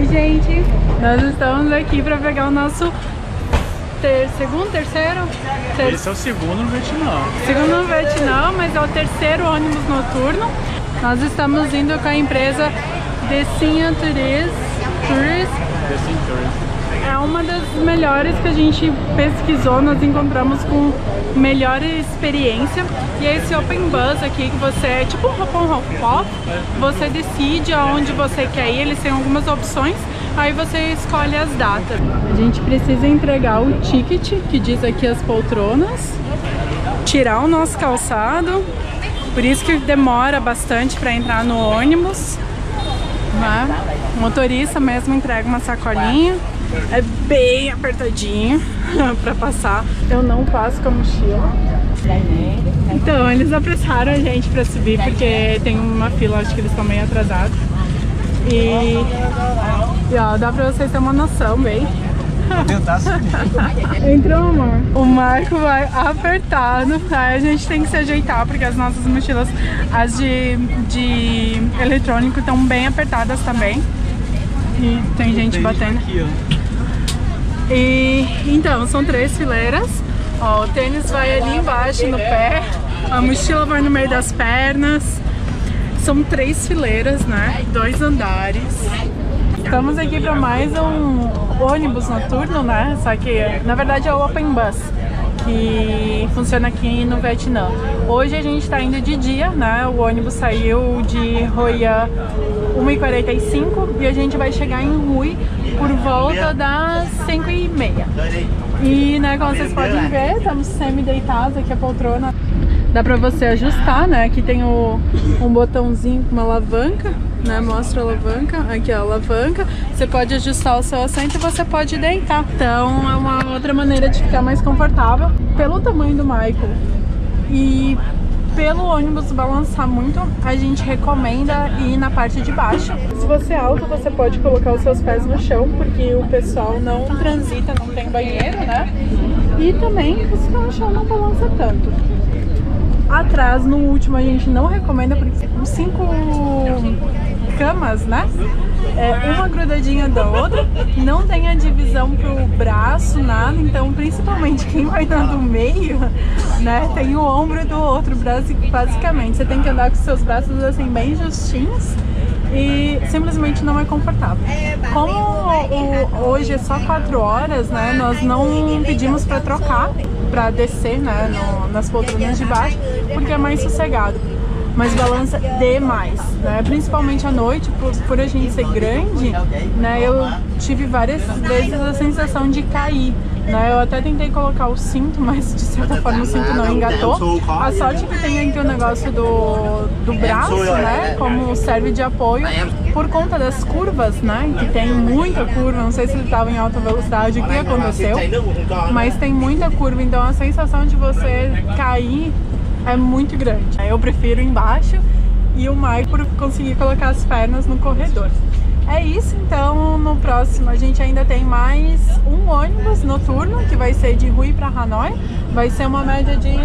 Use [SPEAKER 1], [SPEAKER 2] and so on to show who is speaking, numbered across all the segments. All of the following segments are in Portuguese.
[SPEAKER 1] Oi, gente! Nós estamos aqui para pegar o nosso segundo, terceiro?
[SPEAKER 2] Esse é o segundo no Vietnã.
[SPEAKER 1] Segundo no Vietnã, mas é o terceiro ônibus noturno. Nós estamos indo com a empresa Decinha Tourist. É uma das melhores que a gente pesquisou, nós encontramos com melhor experiência. E é esse Open Bus aqui que você é tipo um hop-on-hop, você decide aonde você quer ir, eles têm algumas opções, aí você escolhe as datas. A gente precisa entregar o ticket, que diz aqui as poltronas, tirar o nosso calçado, por isso que demora bastante para entrar no ônibus, né? O motorista mesmo entrega uma sacolinha. É bem apertadinho pra passar. Eu não passo com a mochila. Então, eles apressaram a gente pra subir porque tem uma fila, acho que eles estão meio atrasados. E ó, dá pra vocês terem uma noção, bem.
[SPEAKER 2] Vou tentar subir.
[SPEAKER 1] Entrou, amor. O Marco vai apertado. Aí a gente tem que se ajeitar porque as nossas mochilas, as de eletrônico, estão bem apertadas também. E tem gente batendo.
[SPEAKER 2] Aqui, ó.
[SPEAKER 1] E então, são 3 fileiras. Ó, o tênis vai ali embaixo no pé, a mochila vai no meio das pernas. São 3 fileiras, né? 2 andares. Estamos aqui para mais um ônibus noturno, né? Só que na verdade é o Open Bus, que funciona aqui no Vietnã. Hoje a gente está indo de dia, né? O ônibus saiu de Hoi An 1h45 e a gente vai chegar em Hue por volta das 5h30. E, né, como vocês podem ver, estamos semi-deitados aqui a poltrona. Dá pra você ajustar, né? Aqui tem um botãozinho com uma alavanca, né? Mostra a alavanca. Aqui ó, a alavanca. Você pode ajustar o seu assento e você pode deitar. Então é uma outra maneira de ficar mais confortável. Pelo tamanho do Michael e pelo ônibus balançar muito, a gente recomenda ir na parte de baixo. Se você é alto, você pode colocar os seus pés no chão, porque o pessoal não transita, não tem banheiro, né? E também, se você tá no chão, não balança tanto. Atrás, no último, a gente não recomenda, porque são 5 camas, né? Uma grudadinha da outra, não tem a divisão pro braço, nada, então principalmente quem vai dar no meio, né, tem o ombro do outro, basicamente. Você tem que andar com seus braços assim bem justinhos e simplesmente não é confortável. Como hoje é só 4 horas, né, nós não pedimos para trocar, para descer, né, nas poltronas de baixo, porque é mais sossegado. Mas balança demais, né? Principalmente à noite, por a gente ser grande, né? Eu tive várias vezes a sensação de cair, né? Eu até tentei colocar o cinto, mas de certa forma o cinto não engatou. A sorte que tem aqui o negócio do braço, né? Como serve de apoio por conta das curvas, né? Que tem muita curva, não sei se ele estava em alta velocidade, o que aconteceu, mas tem muita curva, então a sensação de você cair é muito grande. Eu prefiro embaixo e o Mike por conseguir colocar as pernas no corredor. É isso, então no próximo a gente ainda tem mais um ônibus noturno que vai ser de Hue para Hanoi. Vai ser uma média de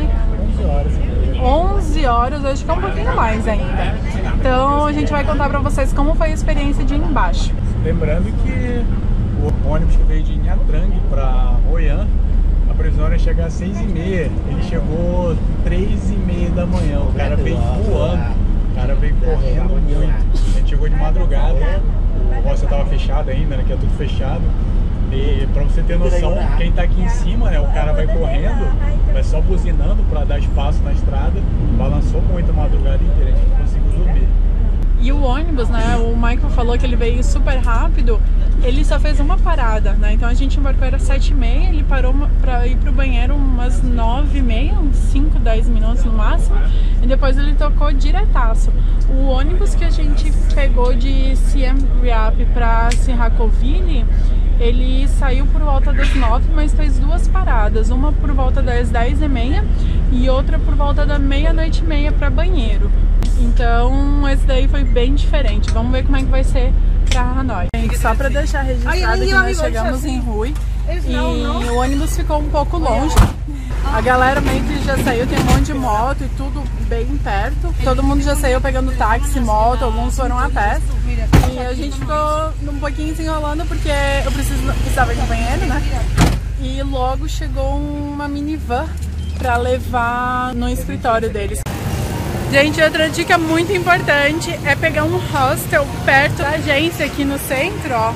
[SPEAKER 1] 11 horas, acho que é um pouquinho mais ainda. Então a gente vai contar pra vocês como foi a experiência de ir embaixo.
[SPEAKER 2] Lembrando que o ônibus que veio de Nha Trang para Hoi An, a previsão era chegar às 6h30, ele chegou 3h30 da manhã, o cara veio voando, o cara veio correndo muito. A gente chegou de madrugada, o hostel estava fechado ainda, né, que é tudo fechado. E pra você ter noção, quem tá aqui em cima, né, o cara vai correndo, vai só buzinando pra dar espaço na estrada, balançou muito a madrugada inteira, a gente não conseguiu dormir.
[SPEAKER 1] E o ônibus, né, o Michael falou que ele veio super rápido, ele só fez uma parada, né, então a gente embarcou, era 7h30, ele parou pra ir pro banheiro umas 9h30, uns 5, 10 minutos no máximo, e depois ele tocou diretaço. O ônibus que a gente pegou de Siem Reap pra Sihanoukville, ele saiu por volta das 9, mas fez 2 paradas, uma por volta das 10h30 e outra por volta da 00:30 para banheiro. Então esse daí foi bem diferente. Vamos ver como é que vai ser pra Hanoi. Só para deixar registrado que nós chegamos em Hue e o ônibus ficou um pouco longe. A galera meio que já saiu, tem um monte de moto e tudo bem perto. Todo mundo já saiu pegando táxi, moto, alguns foram a pé. E a gente ficou um pouquinho se enrolando porque eu precisava ir no banheiro, né? E logo chegou uma minivan pra levar no escritório deles. Gente, outra dica muito importante é pegar um hostel perto da agência aqui no centro, ó.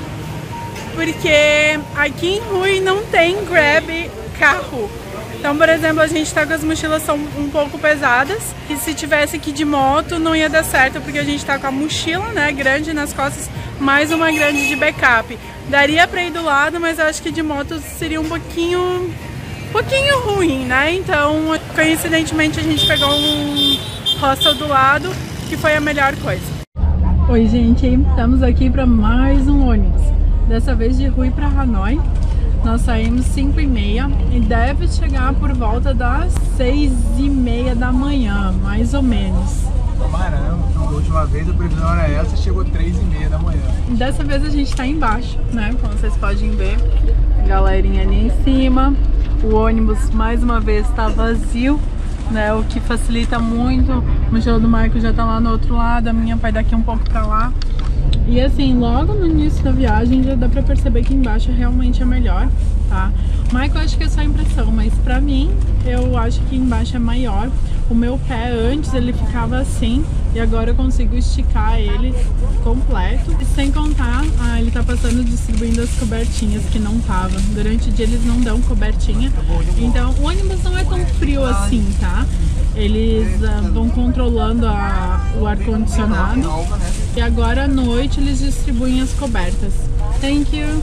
[SPEAKER 1] Porque aqui em Rui não tem Grab carro. Então, por exemplo, a gente tá com as mochilas são um pouco pesadas. E se tivesse aqui de moto não ia dar certo, porque a gente tá com a mochila, né, grande nas costas, mais uma grande de backup. Daria pra ir do lado, mas eu acho que de moto seria um pouquinho ruim, né? Então, coincidentemente, a gente pegou um hostel do lado, que foi a melhor coisa. Oi, gente, estamos aqui para mais um ônibus. Dessa vez de Rui para Hanoi. Nós saímos 5h30 e deve chegar por volta das 6h30 da manhã, mais ou menos.
[SPEAKER 2] Caramba, então, da última vez a previsão era essa, chegou 3h30 da manhã.
[SPEAKER 1] Dessa vez a gente tá embaixo, né? Como vocês podem ver, galerinha ali em cima. O ônibus mais uma vez tá vazio, né? O que facilita muito. A mochila do Marco já tá lá no outro lado, a minha vai daqui um pouco pra lá. E assim, logo no início da viagem já dá pra perceber que embaixo realmente é melhor, tá? Michael, acho que é só impressão, mas pra mim, eu acho que embaixo é maior. O meu pé antes ele ficava assim e agora eu consigo esticar ele completo. E sem contar, ele tá passando distribuindo as cobertinhas que não tava. Durante o dia eles não dão cobertinha, então o ônibus não é tão frio assim, tá? Eles vão controlando o ar-condicionado e agora à noite eles distribuem as cobertas. Thank you.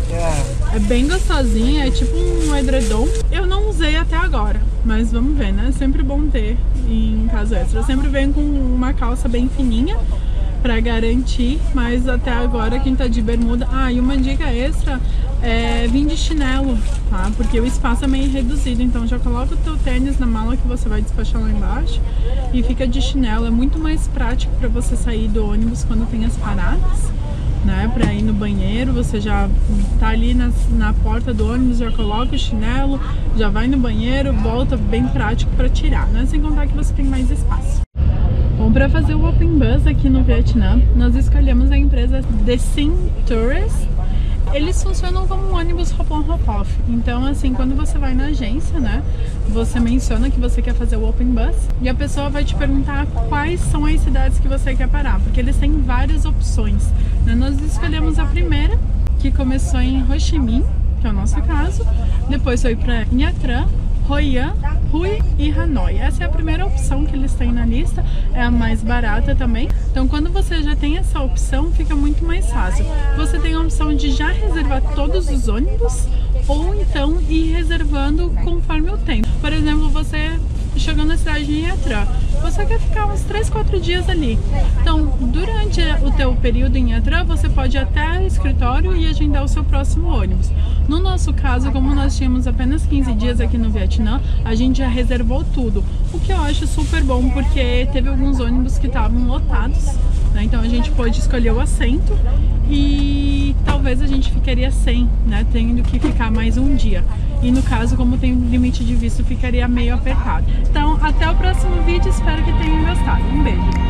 [SPEAKER 1] É bem gostosinha, é tipo um edredom. Eu não usei até agora, mas vamos ver, né? É sempre bom ter em caso extra. Eu sempre venho com uma calça bem fininha pra garantir, mas até agora quem tá de bermuda... Ah, e uma dica extra é vir de chinelo, tá? Porque o espaço é meio reduzido, então já coloca o teu tênis na mala que você vai despachar lá embaixo e fica de chinelo. É muito mais prático pra você sair do ônibus quando tem as paradas, né? Pra ir no banheiro, você já tá ali na porta do ônibus, já coloca o chinelo, já vai no banheiro, volta, bem prático pra tirar, né? Sem contar que você tem mais espaço. Bom, para fazer o Open Bus aqui no Vietnã, nós escolhemos a empresa The Sim Tourist. Eles funcionam como um ônibus hop-on, hop-off. Então, assim, quando você vai na agência, né, você menciona que você quer fazer o Open Bus e a pessoa vai te perguntar quais são as cidades que você quer parar, porque eles têm várias opções, né? Nós escolhemos a primeira, que começou em Ho Chi Minh, que é o nosso caso, depois foi para Nha Trang, Hoi An, Rui e Hanoi. Essa é a primeira opção que eles têm na lista, é a mais barata também. Então quando você já tem essa opção, fica muito mais fácil. Você tem a opção de já reservar todos os ônibus ou então ir reservando conforme o tempo. Por exemplo, você chegou na cidade de Nha Trang, você quer ficar uns 3-4 dias ali. Então, durante o teu período em Nha Trang, você pode ir até o escritório e agendar o seu próximo ônibus. No nosso caso, como nós tínhamos apenas 15 dias aqui no Vietnã, a gente já reservou tudo. O que eu acho super bom, porque teve alguns ônibus que estavam lotados, né? Então a gente pôde escolher o assento e talvez a gente ficaria sem, né? Tendo que ficar mais um dia. E no caso, como tem limite de visto, ficaria meio apertado. Então, até o próximo vídeo, espero que tenham gostado. Um beijo!